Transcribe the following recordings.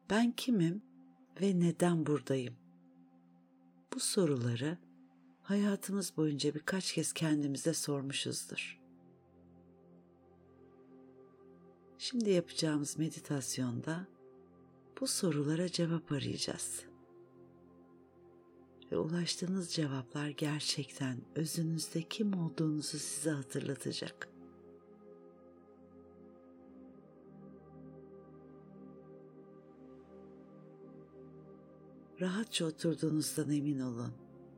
Ben kimim ve neden buradayım? Bu soruları hayatımız boyunca birkaç kez kendimize sormuşuzdur. Şimdi yapacağımız meditasyonda bu sorulara cevap arayacağız. Ve ulaştığınız cevaplar gerçekten özünüzde kim olduğunuzu size hatırlatacak. Rahatça oturduğunuzdan emin olun.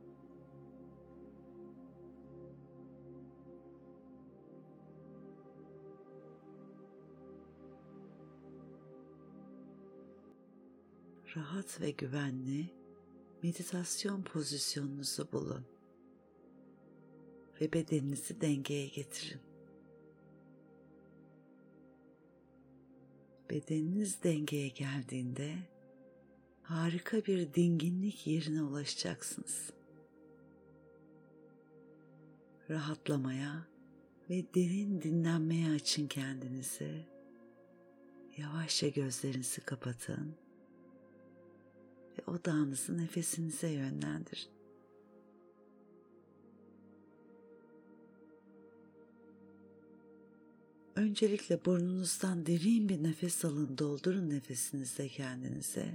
Rahat ve güvenli meditasyon pozisyonunuzu bulun ve bedeninizi dengeye getirin. Bedeniniz dengeye geldiğinde harika bir dinginlik yerine ulaşacaksınız. Rahatlamaya ve derin dinlenmeye açın kendinizi. Yavaşça gözlerinizi kapatın ve odağınızı nefesinize yönlendirin. Öncelikle burnunuzdan derin bir nefes alın, doldurun nefesinizle kendinize.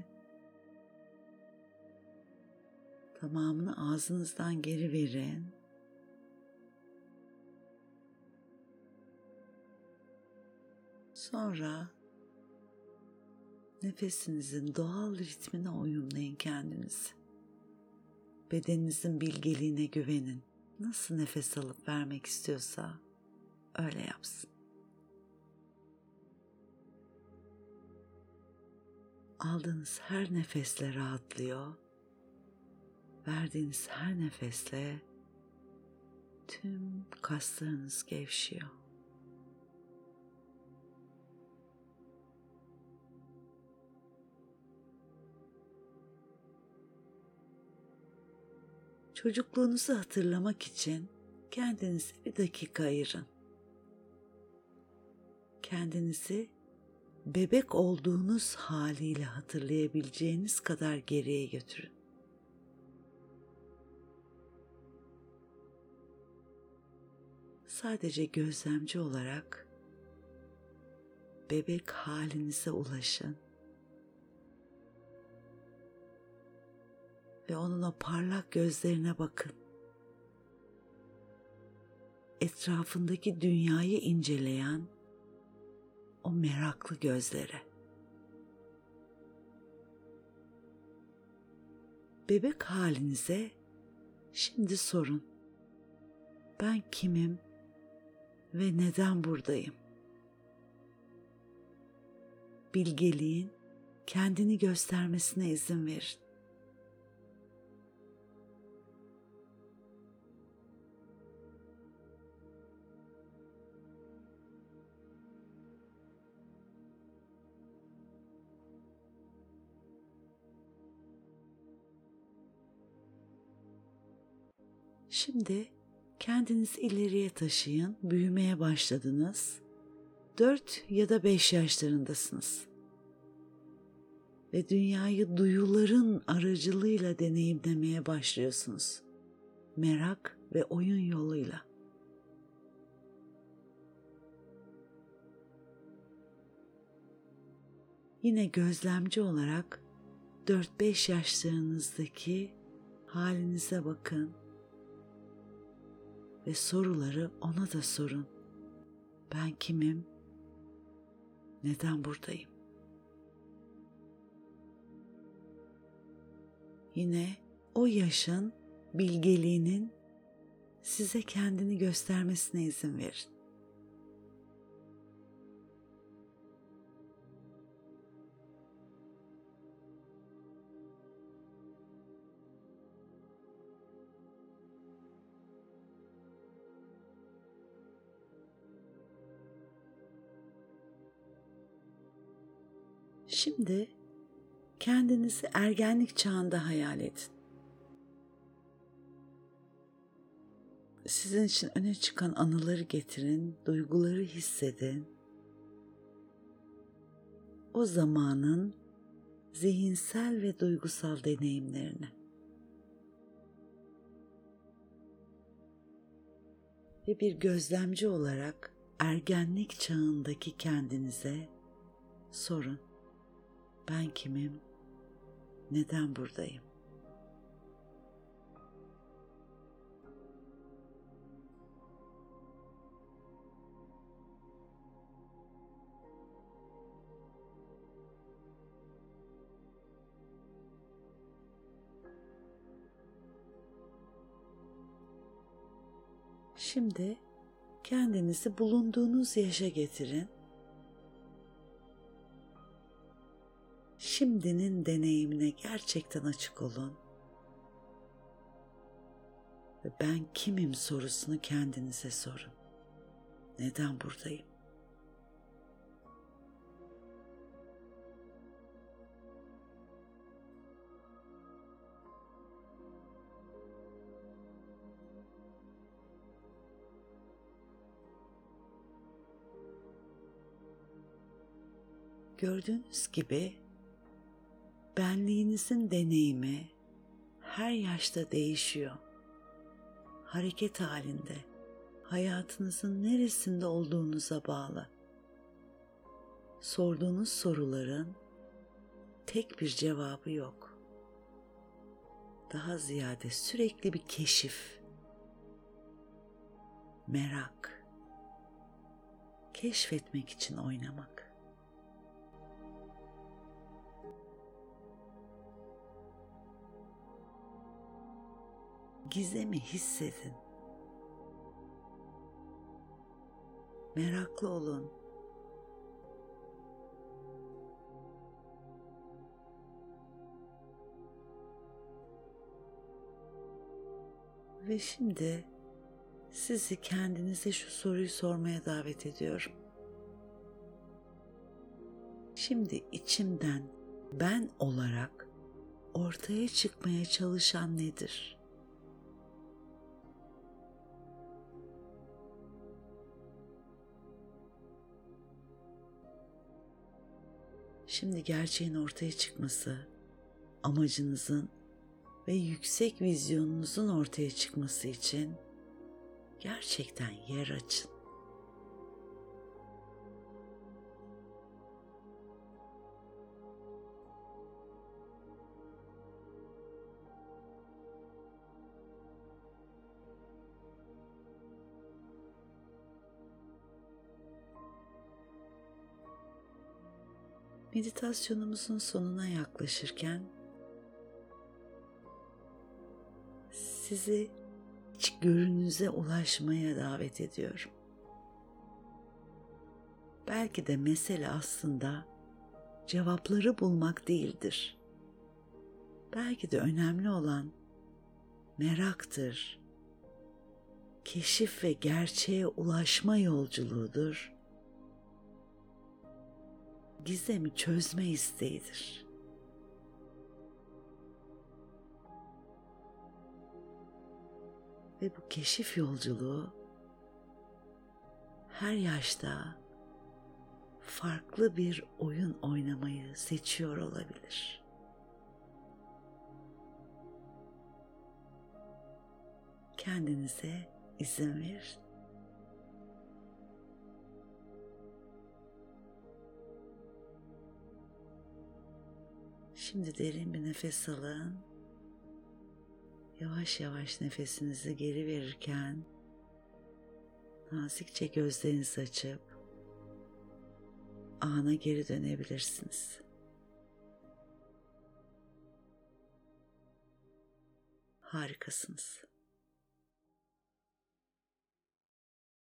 Tamamını ağzınızdan geri verin. Sonra nefesinizin doğal ritmine uyumlayın kendinizi. Bedeninizin bilgeliğine güvenin. Nasıl nefes alıp vermek istiyorsa öyle yapsın. Aldığınız her nefesle rahatlıyor. Verdiğiniz her nefesle tüm kaslarınız gevşiyor. Çocukluğunuzu hatırlamak için kendinize bir dakika ayırın. Kendinizi bebek olduğunuz haliyle hatırlayabileceğiniz kadar geriye götürün. Sadece gözlemci olarak bebek halinize ulaşın ve onun o parlak gözlerine bakın. Etrafındaki dünyayı inceleyen o meraklı gözlere. Bebek halinize şimdi sorun. Ben kimim ve neden buradayım? Bilgeliğin kendini göstermesine izin verin. Şimdi kendinizi ileriye taşıyın, büyümeye başladınız. 4 ya da 5 yaşlarındasınız. Ve dünyayı duyuların aracılığıyla deneyimlemeye başlıyorsunuz. Merak ve oyun yoluyla. Yine gözlemci olarak 4-5 yaşlarınızdaki halinize bakın. Ve soruları ona da sorun. Ben kimim? Neden buradayım? Yine o yaşın bilgeliğinin size kendini göstermesine izin verin. Şimdi kendinizi ergenlik çağında hayal edin. Sizin için öne çıkan anıları getirin, duyguları hissedin. O zamanın zihinsel ve duygusal deneyimlerini ve bir gözlemci olarak ergenlik çağındaki kendinize sorun. Ben kimim? Neden buradayım? Şimdi kendinizi bulunduğunuz yaşa getirin. Şimdinin deneyimine gerçekten açık olun. Ve ben kimim sorusunu kendinize sorun. Neden buradayım? Gördüğünüz gibi benliğinizin deneyimi her yaşta değişiyor. Hareket halinde, hayatınızın neresinde olduğunuza bağlı. Sorduğunuz soruların tek bir cevabı yok. Daha ziyade sürekli bir keşif, merak, keşfetmek için oynamak. Gizemi hissedin. Meraklı olun. Ve şimdi sizi kendinize şu soruyu sormaya davet ediyorum. Şimdi içimden ben olarak ortaya çıkmaya çalışan nedir? Şimdi gerçeğin ortaya çıkması, amacınızın ve yüksek vizyonunuzun ortaya çıkması için gerçekten yer açın. Meditasyonumuzun sonuna yaklaşırken sizi içgörünüze ulaşmaya davet ediyorum. Belki de mesele aslında cevapları bulmak değildir. Belki de önemli olan meraktır, keşif ve gerçeğe ulaşma yolculuğudur. Gizemi çözme isteğidir. Ve bu keşif yolculuğu her yaşta farklı bir oyun oynamayı seçiyor olabilir. Kendinize izin verin. Şimdi derin bir nefes alın. Yavaş yavaş nefesinizi geri verirken nazikçe gözlerinizi açıp ana geri dönebilirsiniz. Harikasınız.